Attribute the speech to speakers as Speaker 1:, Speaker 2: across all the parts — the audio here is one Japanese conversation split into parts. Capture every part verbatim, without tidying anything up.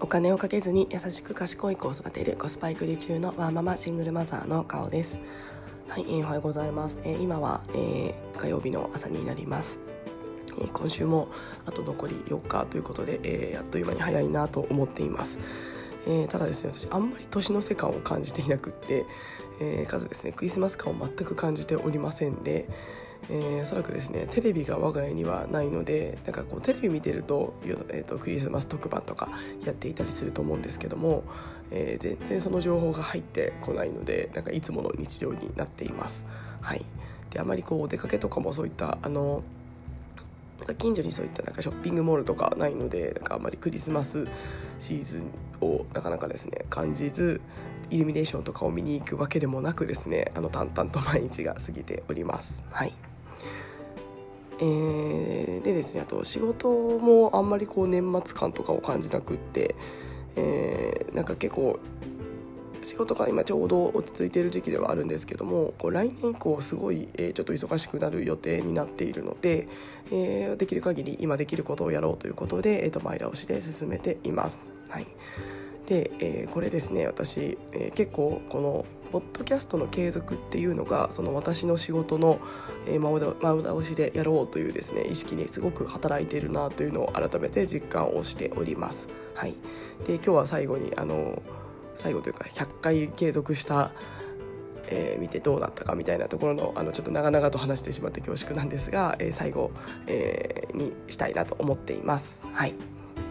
Speaker 1: お金をかけずに優しく賢い子を育てるコスパ育児中のワーママシングルマザーの顔です。はい、えー、おはようございます。えー、今は、えー、火曜日の朝になります。えー、今週もあと残りよっかということで、えー、あっという間に早いなと思っています。えー、ただですね、私あんまり年の瀬感を感じていなくって、えー、かつですねクリスマス感を全く感じておりませんで、えー、おそらくですねテレビが我が家にはないので、なんかこうテレビ見てると、えー、とクリスマス特番とかやっていたりすると思うんですけども、えー、全然その情報が入ってこないので、なんかいつもの日常になっています。はい、であまりこうお出かけとかもそういったあのなんか近所にそういったなんかショッピングモールとかないので、なんかあまりクリスマスシーズンをなかなかですね感じず、イルミネーションとかを見に行くわけでもなくですね、あの淡々と毎日が過ぎております。はい。えー、でですね、あと仕事もあんまりこう年末感とかを感じなくって、えー、なんか結構仕事が今ちょうど落ち着いている時期ではあるんですけども、こう来年以降すごい、えー、ちょっと忙しくなる予定になっているので、えー、できる限り今できることをやろうということで、えー、と前倒しで進めています。はい。で、えー、これですね、私、えー、結構このポッドキャストの継続っていうのがその私の仕事の、えー、前倒しでやろうというですね意識にすごく働いているなというのを改めて実感をしております。はい。で今日は最後にあの最後というかひゃっかい継続した、えー、見てどうなったかみたいなところの、あのちょっと長々と話してしまって恐縮なんですが、えー、最後、えー、にしたいなと思っています。はい。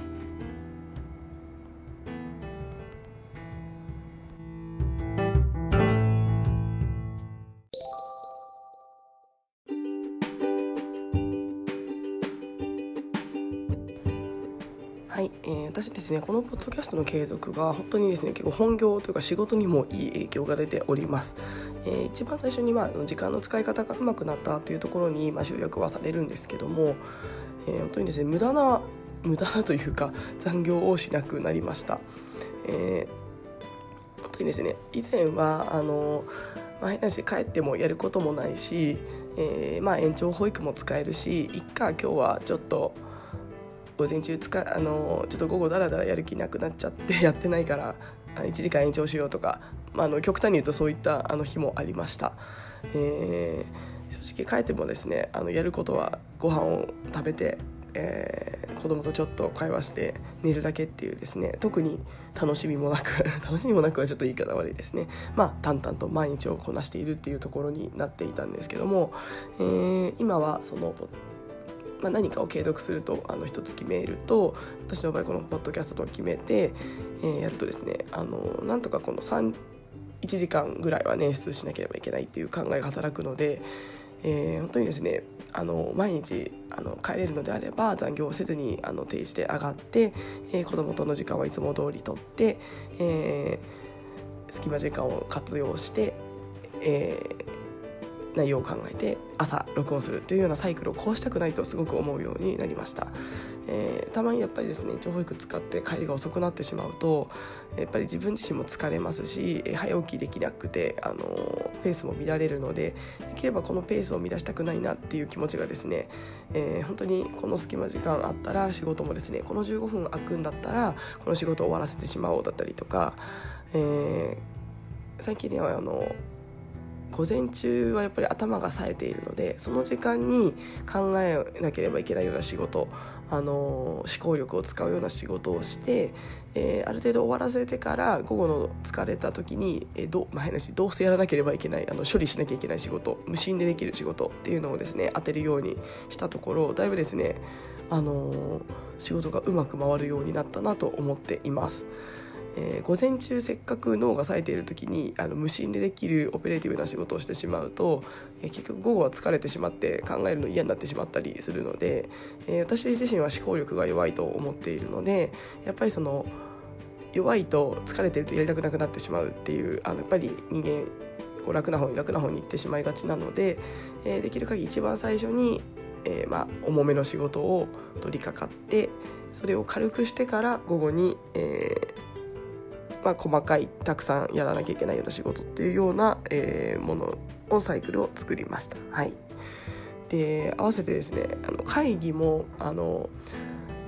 Speaker 1: はい、えー、私ですねこのポッドキャストの継続が本当にですね結構本業というか仕事にもいい影響が出ております。えー、一番最初に、まあ、時間の使い方が上手くなったというところに、まあ、集約はされるんですけども、えー、本当にですね無駄な無駄なというか残業をしなくなりました。えー、本当にですね以前はあの、まあ、変なし帰ってもやることもないし、えーまあ、延長保育も使えるし、いっか今日はちょっと午前中使あのちょっと午後だらだらやる気なくなっちゃってやってないからいちじかん延長しようとか、まあ、あの極端に言うとそういったあの日もありました。えー、正直帰ってもですねあのやることはご飯を食べて、えー、子供とちょっと会話して寝るだけっていうですね、特に楽しみもなく楽しみもなくはちょっと言い方悪いですね。まあ淡々と毎日をこなしているっていうところになっていたんですけども、えー、今はそのまあ、何かを継続するとあの一つ決めると、私の場合このポッドキャストと決めて、えー、やるとですねあのなんとかこのいちじかんぐらいは捻出しなければいけないっていう考えが働くので、えー、本当にですねあの毎日あの帰れるのであれば残業をせずにあの定時で上がって、えー、子供との時間はいつも通りとって、えー、隙間時間を活用して、えー内容を考えて朝録音するというようなサイクルをこうしたくないとすごく思うようになりました。えー、たまにやっぱりですね長保育使って帰りが遅くなってしまうとやっぱり自分自身も疲れますし、早起きできなくてあのペースも乱れるので、できればこのペースを乱したくないなっていう気持ちがですね、えー、本当にこの隙間時間あったら仕事もですねこのじゅうごふん空くんだったらこの仕事を終わらせてしまおうだったりとか、えー、最近ではあの午前中はやっぱり頭が冴えているので、その時間に考えなければいけないような仕事、あの思考力を使うような仕事をして、えー、ある程度終わらせてから午後の疲れた時に、えーどまあ、変なしどうせやらなければいけないあの処理しなきゃいけない仕事、無心でできる仕事っていうのをですね当てるようにしたところ、だいぶですね、あの仕事がうまく回るようになったなと思っています。えー、午前中せっかく脳が冴えている時にあの無心でできるオペレーティブな仕事をしてしまうと、えー、結局午後は疲れてしまって考えるの嫌になってしまったりするので、えー、私自身は思考力が弱いと思っているので、やっぱりその弱いと疲れてるとやりたくなくなってしまうっていう、あのやっぱり人間こう楽な方に楽な方に行ってしまいがちなので、えー、できる限り一番最初に、えーまあ、重めの仕事を取り掛かってそれを軽くしてから午後に、えーまあ、細かいたくさんやらなきゃいけないような仕事っていうような、えー、ものをサイクルを作りました。はい。で合わせてですねあの会議もあの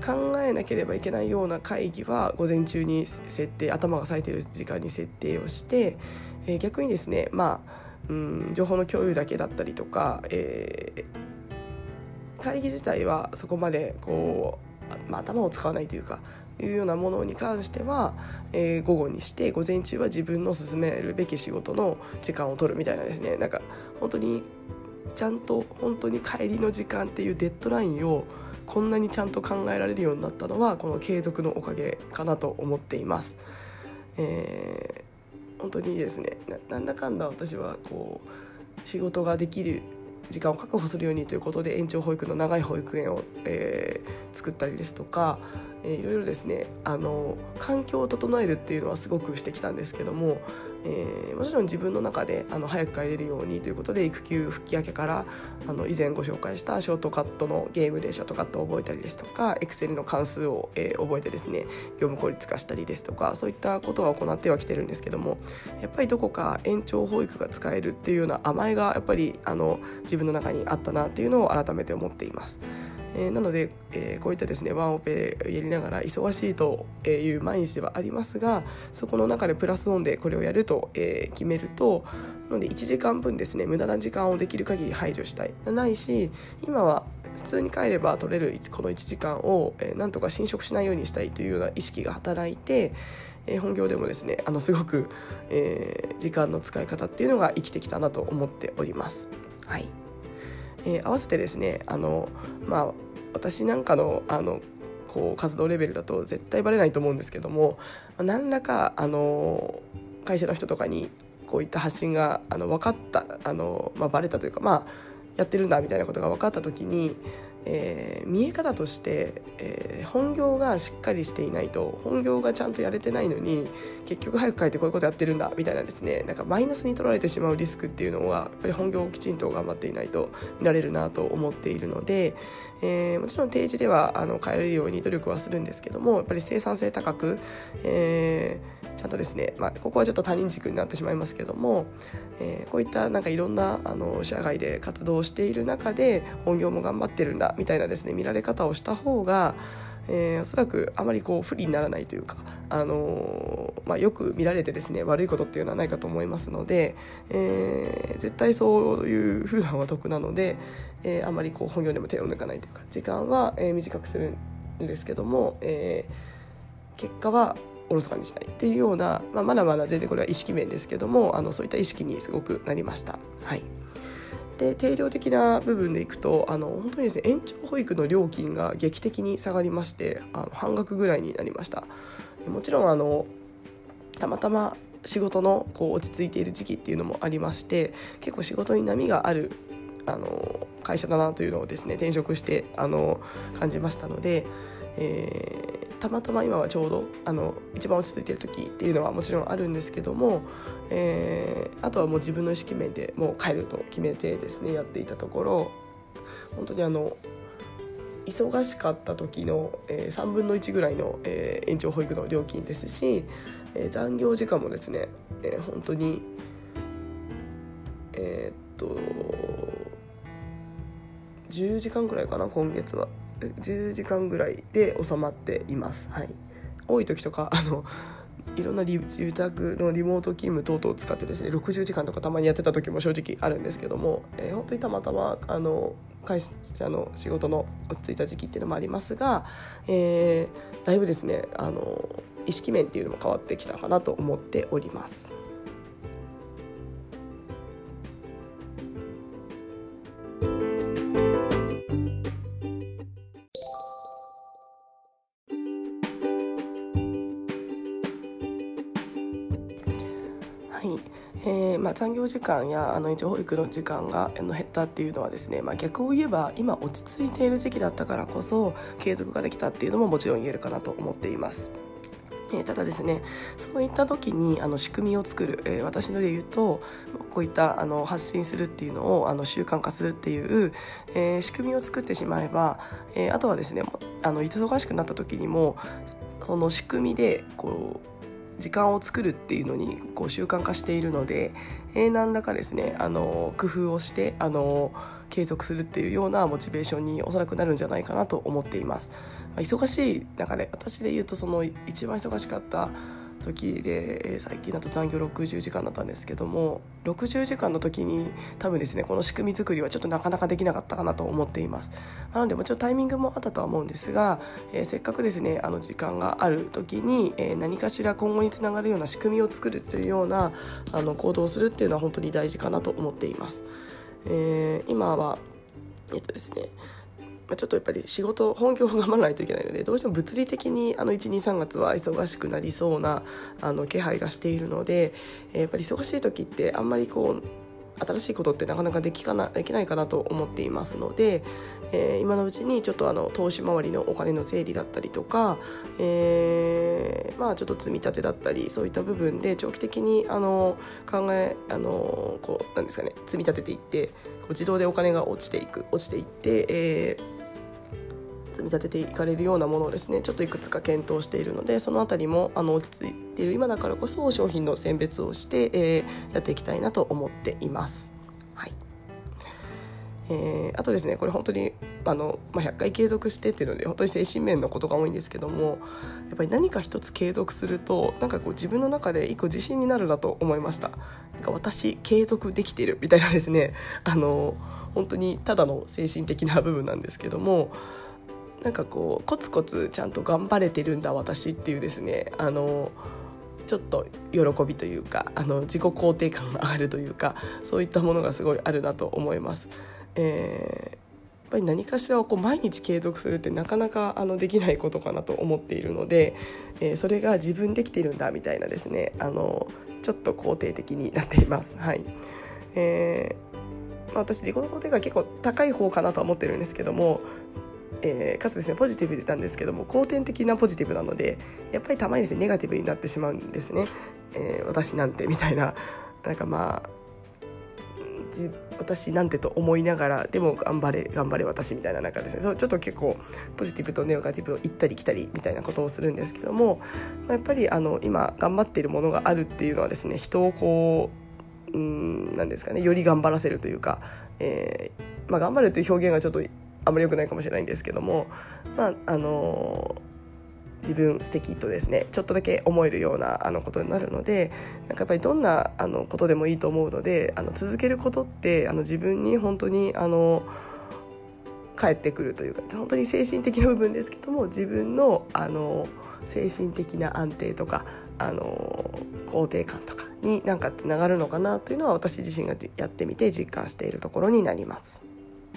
Speaker 1: 考えなければいけないような会議は午前中に設定、頭が冴えている時間に設定をして、えー、逆にですね、まあ、うん、情報の共有だけだったりとか、えー、会議自体はそこまでこう、まあ、頭を使わないというかいうようなものに関しては、えー、午後にして、午前中は自分の進めるべき仕事の時間を取るみたいなですね、なんか本当にちゃんと本当に帰りの時間っていうデッドラインをこんなにちゃんと考えられるようになったのはこの継続のおかげかなと思っています。えー、本当にですね、 な, なんだかんだ私はこう仕事ができる時間を確保するようにということで延長保育の長い保育園を、えー、作ったりですとか、えー、いろいろですね、あの環境を整えるっていうのはすごくしてきたんですけども、えー、もちろん自分の中であの早く帰れるようにということで育休復帰明けからあの以前ご紹介したショートカットのゲームでショートカットを覚えたりですとか、エクセルの関数を、えー、覚えてですね業務効率化したりですとか、そういったことは行ってはきてるんですけども、やっぱりどこか延長保育が使えるっていうような甘えがやっぱりあの自分の中にあったなっていうのを改めて思っています。えー、なので、えー、こういったですねワンオペやりながら忙しいという毎日ではありますが、そこの中でプラスオンでこれをやると、えー、決めると、なのでいちじかんぶんですね無駄な時間をできる限り排除したい、ないし今は普通に帰れば取れるこのいちじかんを、えー、なんとか侵食しないようにしたいというような意識が働いて、えー、本業でもですねあのすごく、えー、時間の使い方っていうのが生きてきたなと思っております。はい。えー、合わせてですねあの、まあ、私なんかの、あのこう活動レベルだと絶対バレないと思うんですけども、何らかあの会社の人とかにこういった発信があの分かったあの、まあ、バレたというか、まあ、やってるんだみたいなことが分かった時に、えー、見え方として、えー、本業がしっかりしていないと、本業がちゃんとやれてないのに結局早く帰ってこういうことやってるんだみたいなですね、なんかマイナスに取られてしまうリスクっていうのはやっぱり本業をきちんと頑張っていないと見られるなと思っているので、えー、もちろん定時ではあの帰れるように努力はするんですけども、やっぱり生産性高く、えー、ちゃんとですね、まあ、ここはちょっと他人軸になってしまいますけども、えー、こういったなんかいろんなあの社外で活動している中で本業も頑張ってるんだみたいなですね見られ方をした方が、えー、おそらくあまりこう不利にならないというか、あのーまあ、よく見られてですね悪いことっていうのはないかと思いますので、えー、絶対そういう風なは得なので、えー、あまりこう本業でも手を抜かないというか、時間は、えー、短くするんですけども、えー、結果はおろそかにしないっていうような、まあ、まだまだ全然これは意識面ですけども、あのそういった意識にすごくなりました。はい。で定量的な部分でいくと、あの本当にですね延長保育の料金が劇的に下がりまして、あの半額ぐらいになりました。もちろんあのたまたま仕事のこう落ち着いている時期っていうのもありまして、結構仕事に波があるあの会社だなというのをですね転職してあの感じましたので、えー、たまたま今はちょうどあの一番落ち着いている時っていうのはもちろんあるんですけども、えー、あとはもう自分の意識面でもう帰ると決めてですねやっていたところ、本当にあの忙しかった時の、えー、さんぶんのいちぐらいの、えー、延長保育の料金ですし、えー、残業時間もですね、えー、本当にえー、っとじゅうじかんぐらいかな、今月はじゅうじかんぐらいで収まっています。はい、多い時とかあのいろんなリ住宅のリモート勤務等々を使ってですねろくじゅうじかんとかたまにやってた時も正直あるんですけども、えー、本当にたまたまあの会社の仕事の落ち着いた時期っていうのもありますが、えー、だいぶですねあの意識面っていうのも変わってきたかなと思っております。はいえーまあ、残業時間やあの延長保育の時間があの減ったっていうのはですね、まあ、逆を言えば今落ち着いている時期だったからこそ継続ができたっていうのももちろん言えるかなと思っています。えー、ただですねそういった時にあの仕組みを作る、えー、私ので言うとこういったあの発信するっていうのをあの習慣化するっていう、えー、仕組みを作ってしまえば、えー、あとはですねあの忙しくなった時にもその仕組みでこう時間を作るっていうのにこう習慣化しているので、えー、何らかですねあの工夫をしてあの継続するっていうようなモチベーションにおそらくなるんじゃないかなと思っています。まあ、忙しい中で私で言うとその一番忙しかった時で最近だと残業ろくじゅうじかんだったんですけども、ろくじゅうじかんの時に多分ですねこの仕組み作りはちょっとなかなかできなかったかなと思っています。なのでもちろんタイミングもあったとは思うんですが、えー、せっかくですねあの時間がある時に、えー、何かしら今後につながるような仕組みを作るというようなあの行動をするっていうのは本当に大事かなと思っています。えー、今はえっとですねちょっとやっぱり仕事本業を頑張らないといけないので、どうしても物理的にあのいち、に、さんがつは忙しくなりそうなあの気配がしているので、やっぱり忙しい時ってあんまりこう新しいことってなかなかできかなできないかなと思っていますので、えー、今のうちにちょっとあの投資回りのお金の整理だったりとか、えー、まあちょっと積み立てだったりそういった部分で長期的にあの考えあのこうなんですかね積み立てていってこう自動でお金が落ちていく落ちていって、えー積み立てていかれるようなものをですねちょっといくつか検討しているので、そのあたりもあの落ち着いている今だからこそ商品の選別をして、えー、やっていきたいなと思っています。はい。えー、あとですねこれ本当にあの、まあ、ひゃっかい継続してっていうので本当に精神面のことが多いんですけども、やっぱり何か一つ継続するとなんかこう自分の中で一個自信になるなと思いました。なんか私継続できているみたいなですねあの本当にただの精神的な部分なんですけども、なんかこうコツコツちゃんと頑張れてるんだ私っていうですねあのちょっと喜びというかあの自己肯定感が上がるというかそういったものがすごいあるなと思います。えー、やっぱり何かしらをこう毎日継続するってなかなかあのできないことかなと思っているので、えー、それが自分できてるんだみたいなですねあのちょっと肯定的になっています。はい。えーまあ、私自己肯定感結構高い方かなとは思ってるんですけども、えー、かつですねポジティブなんですけども後天的なポジティブなのでやっぱりたまにですねネガティブになってしまうんですね。えー、私なんてみたいななんかまあじ私なんてと思いながらでも頑張れ頑張れ私みたいな中ですねそうちょっと結構ポジティブとネガティブを行ったり来たりみたいなことをするんですけども、まあ、やっぱりあの今頑張っているものがあるっていうのはですね人をこううーんなんですかねより頑張らせるというか、えーまあ、頑張るという表現がちょっとあまり良くないかもしれないんですけども、まああのー、自分素敵とですねちょっとだけ思えるようなあのことになるので、なんかやっぱりどんなあのことでもいいと思うのであの続けることってあの自分に本当にあの返ってくるというか本当に精神的な部分ですけども自分のあの精神的な安定とかあの肯定感とかになんかつながるのかなというのは私自身がやってみて実感しているところになります。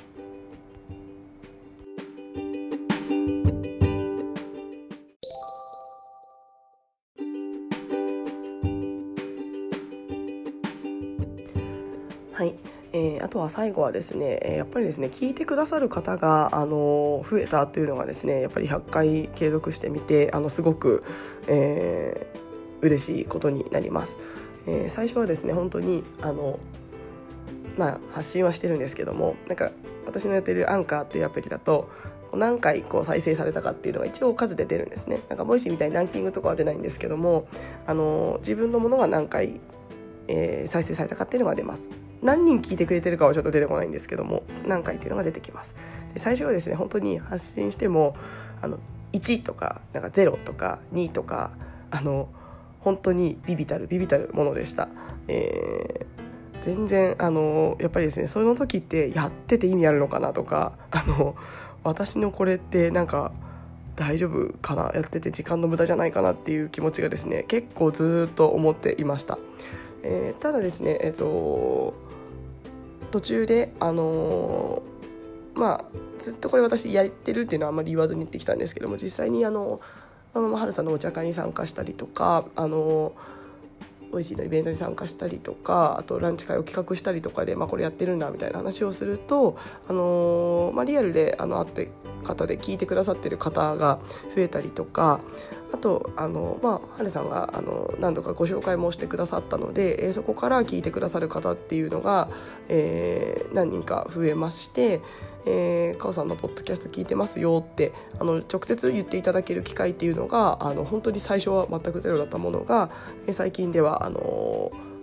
Speaker 1: はい。えー、あとは最後はですね、えー、やっぱりですね聞いてくださる方が、あのー、増えたというのがですねやっぱりひゃっかい継続してみてあのすごく、えー、嬉しいことになります。えー、最初はですね本当にあの、まあ、発信はしてるんですけどもなんか私のやってるアンカーっていうアプリだと何回こう再生されたかっていうのが一応数で出るんですね。なんかボイシーみたいにランキングとかは出ないんですけども、あのー、自分のものが何回えー、再生されたかっていうのが出ます。何人聞いてくれてるかはちょっと出てこないんですけども何回っていうのが出てきます。で最初はですね本当に発信してもあのいちとかなんかゼロとかにとかあの本当にビビたるビビたるものでした。えー、全然あのやっぱりですねその時ってやってて意味あるのかなとかあの私のこれってなんか大丈夫かなやってて時間の無駄じゃないかなっていう気持ちがですね結構ずっと思っていました。えー、ただですね、えーと、途中で、あのーまあ、ずっとこれ私やってるっていうのはあんまり言わずに言ってきたんですけども実際にあのはるさんのお茶会に参加したりとかあのおいしいのイベントに参加したりとかあとランチ会を企画したりとかで、まあ、これやってるんだみたいな話をすると、あのーまあ、リアルであの会って方で聞いてくださってる方が増えたりとかあとあの、まあ、はるさんがあの何度かご紹介もしてくださったので、えー、そこから聞いてくださる方っていうのが、えー、何人か増えまして、えー、かおさんのポッドキャスト聞いてますよってあの直接言っていただける機会っていうのがあの本当に最初は全くゼロだったものが、えー、最近ではあの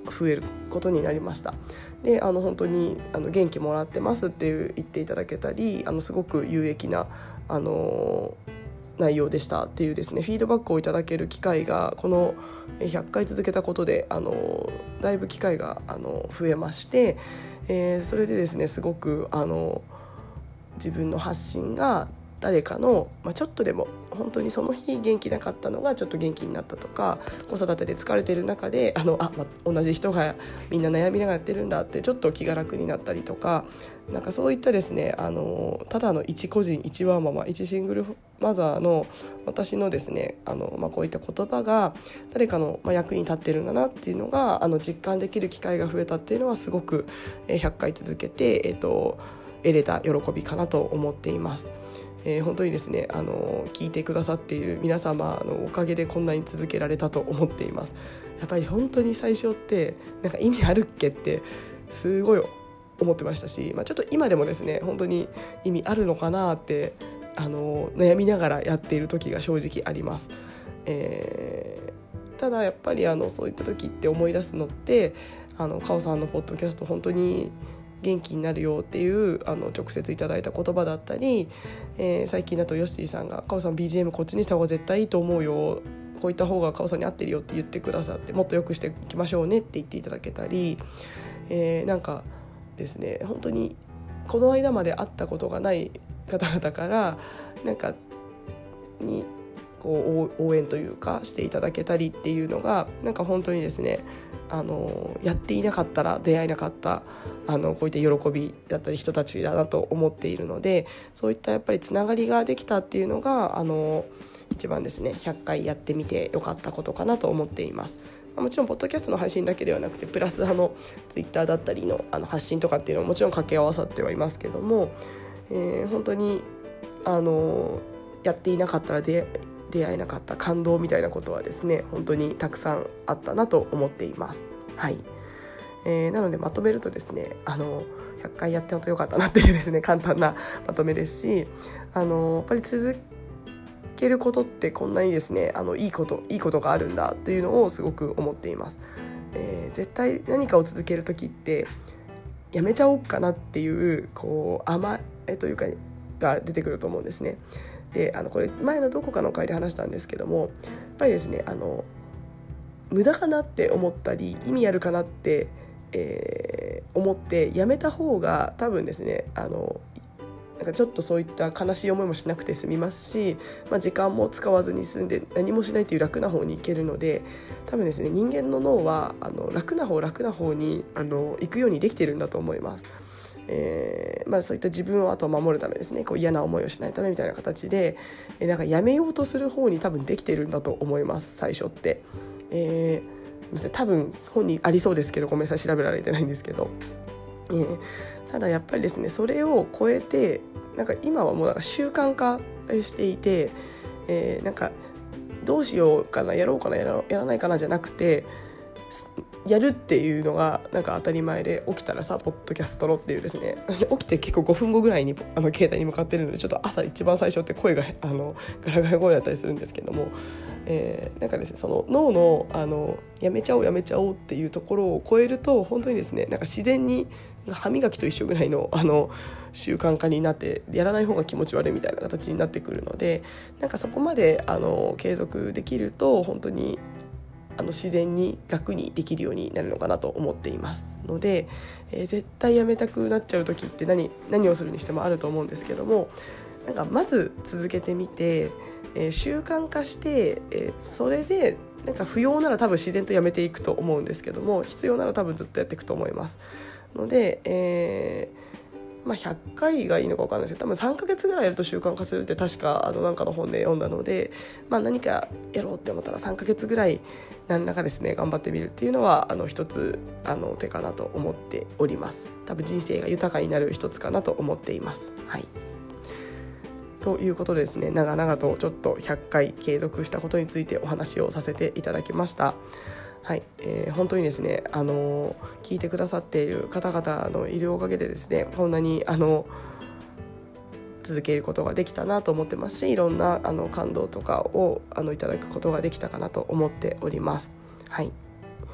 Speaker 1: 増えることになりました。であの本当にあの元気もらってますっていう言っていただけたり、あのすごく有益なあの内容でしたっていうですね、フィードバックをいただける機会がこのひゃっかい続けたことであのだいぶ機会があの増えまして、えー、それでですねすごくあの自分の発信が誰かの、まあ、ちょっとでも本当にその日元気なかったのがちょっと元気になったとか、子育てで疲れてる中であのあ、まあ、同じ人がみんな悩みながらやってるんだってちょっと気が楽になったりとか、なんかそういったですねあのただの一個人一ワーママ一シングルマザーの私のですねあの、まあ、こういった言葉が誰かの、まあ、役に立ってるんだなっていうのがあの実感できる機会が増えたっていうのはすごく、えー、ひゃっかい続けて、えーと、得れた喜びかなと思っています。えー、本当にですねあの聞いてくださっている皆様のおかげでこんなに続けられたと思っています。やっぱり本当に最初ってなんか意味あるっけってすごい思ってましたし、まあ、ちょっと今でもですね本当に意味あるのかなってあの悩みながらやっている時が正直あります。えー、ただやっぱりあのそういった時って思い出すのってあのカオさんのポッドキャスト本当に元気になるよっていうあの直接いただいた言葉だったり、えー、最近だとヨッシーさんがカオさん ビージーエム こっちにした方が絶対いいと思うよ、こういった方がカオさんに合ってるよって言ってくださって、もっと良くしていきましょうねって言っていただけたり、えー、なんかですね本当にこの間まで会ったことがない方々からなんかにこう応援というかしていただけたりっていうのがなんか本当にですねあのやっていなかったら出会えなかったあのこういった喜びだったり人たちだなと思っているので、そういったやっぱりつながりができたっていうのがあの一番ですねひゃっかいやってみてよかったことかなと思っています。もちろんポッドキャストの配信だけではなくてプラスあのツイッターだったり の, あの発信とかっていうのももちろん掛け合わさってはいますけども、えー、本当にあのやっていなかったら出出会えなかった感動みたいなことはですね本当にたくさんあったなと思っています。はい、えー、なのでまとめるとですねあのひゃっかいやって本当よかったなっていうですね簡単なまとめですし、あのやっぱり続けることってこんなにですねあのいいこといいことがあるんだというのをすごく思っています。えー、絶対何かを続ける時ってやめちゃおうかなっていうこう甘えというかが出てくると思うんですね。であのこれ前のどこかの回で話したんですけども、やっぱりですねあの無駄かなって思ったり意味あるかなって、えー、思ってやめた方が多分ですねあのなんかちょっとそういった悲しい思いもしなくて済みますし、まあ、時間も使わずに済んで何もしないという楽な方に行けるので、多分ですね人間の脳はあの楽な方楽な方にあの行くようにできてるんだと思います。えーまあ、そういった自分をあと守るためですねこう嫌な思いをしないためみたいな形で、えー、なんかやめようとする方に多分できてるんだと思います最初って。えー、多分本にありそうですけどごめんなさい調べられてないんですけど、えー、ただやっぱりですねそれを超えてなんか今はもうなんか習慣化していて、えー、なんかどうしようかなやろうかなやら、やらないかなじゃなくてやるっていうのがなんか当たり前で、起きたらさポッドキャスト撮ろうっていうですね、私起きて結構ごふんごぐらいにあの携帯に向かってるのでちょっと朝一番最初って声があのガラガラ声だったりするんですけども、えー、なんかですねその脳のあのやめちゃおうやめちゃおうっていうところを超えると本当にですねなんか自然に歯磨きと一緒ぐらいのあの習慣化になってやらない方が気持ち悪いみたいな形になってくるので、なんかそこまであの継続できると本当にあの自然に楽にできるようになるのかなと思っていますので、えー、絶対やめたくなっちゃう時って 何, 何をするにしてもあると思うんですけども、なんかまず続けてみて、えー、習慣化して、えー、それでなんか不要なら多分自然とやめていくと思うんですけども、必要なら多分ずっとやっていくと思いますので、えーまあ、ひゃっかいがいいのか分かんないですけど多分さんかげつぐらいやると習慣化するって確かあのなんかの本で読んだので、まあ、何かやろうって思ったらさんかげつぐらい何らかですね頑張ってみるっていうのはあの一つあの手かなと思っております。多分人生が豊かになる一つかなと思っています。はい、ということでですね長々とちょっとひゃっかい継続したことについてお話をさせていただきました。はい、えー、本当にですね、あのー、聞いてくださっている方々のいるおかげでですねこんなにあの続けることができたなと思ってますし、いろんなあの感動とかをあのいただくことができたかなと思っております。はい、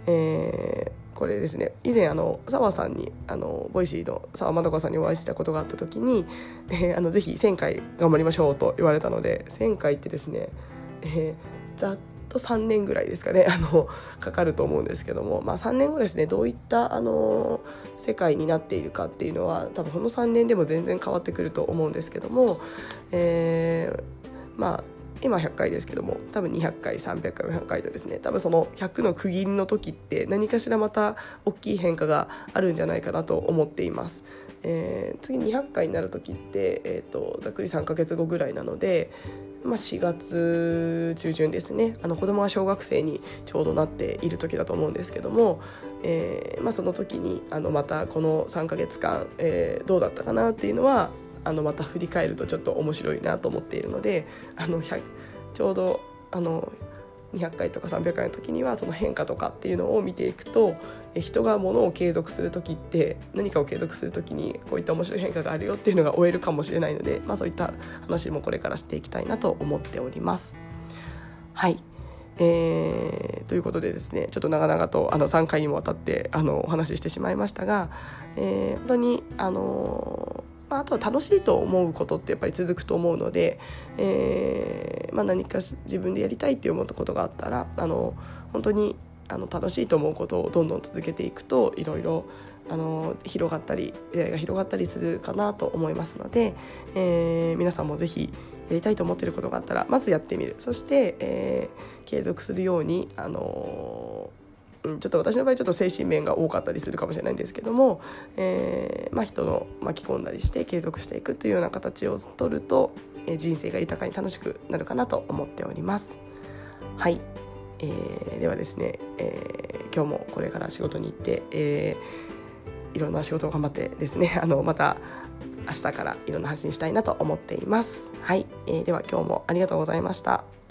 Speaker 1: えーこれですね、以前あの澤さんにあのボイシーの澤まどかさんにお会いしたことがあった時に、えー、あのぜひせんかい頑張りましょうと言われたので、せんかいってですね、えー、ざっとさんねんぐらいですかね、あのかかると思うんですけども、まあ、さんねんごですね、どういったあの世界になっているかっていうのは多分このさんねんでも全然変わってくると思うんですけども、えー、まあ今ひゃっかいですけども、多分にひゃっかいさんびゃっかいよんひゃっかいとですね、多分そのひゃくの区切りの時って何かしらまた大きい変化があるんじゃないかなと思っています。えー、次にひゃっかいになる時って、えーと、ざっくりさんかげつごぐらいなので、まあ、しがつ中旬ですね、あの子供が小学生にちょうどなっている時だと思うんですけども、えーまあ、その時にあのまたこのさんかげつかん、えー、どうだったかなっていうのはあのまた振り返るとちょっと面白いなと思っているので、あのちょうどあのにひゃっかいとかさんびゃっかいの時にはその変化とかっていうのを見ていくと、人がものを継続する時って何かを継続する時にこういった面白い変化があるよっていうのが追えるかもしれないので、まあ、そういった話もこれからしていきたいなと思っております。はい、えー、ということでですね、ちょっと長々とあのさんかいにもわたってあのお話ししてしまいましたが、えー、本当にあのーあとは楽しいと思うことってやっぱり続くと思うので、えーまあ、何か自分でやりたいって思ったことがあったら、あの本当にあの楽しいと思うことをどんどん続けていくと、いろいろあの広がったり出会いが広がったりするかなと思いますので、えー、皆さんもぜひやりたいと思っていることがあったらまずやってみる、そして、えー、継続するように、あのーうん、ちょっと私の場合ちょっと精神面が多かったりするかもしれないんですけども、えーまあ、人の巻き込んだりして継続していくというような形を取ると、えー、人生が豊かに楽しくなるかなと思っております。はい、えー、ではですね、えー、今日もこれから仕事に行って、えー、いろんな仕事を頑張ってですね、あのまた明日からいろんな発信したいなと思っています。はい、えー、では今日もありがとうございました。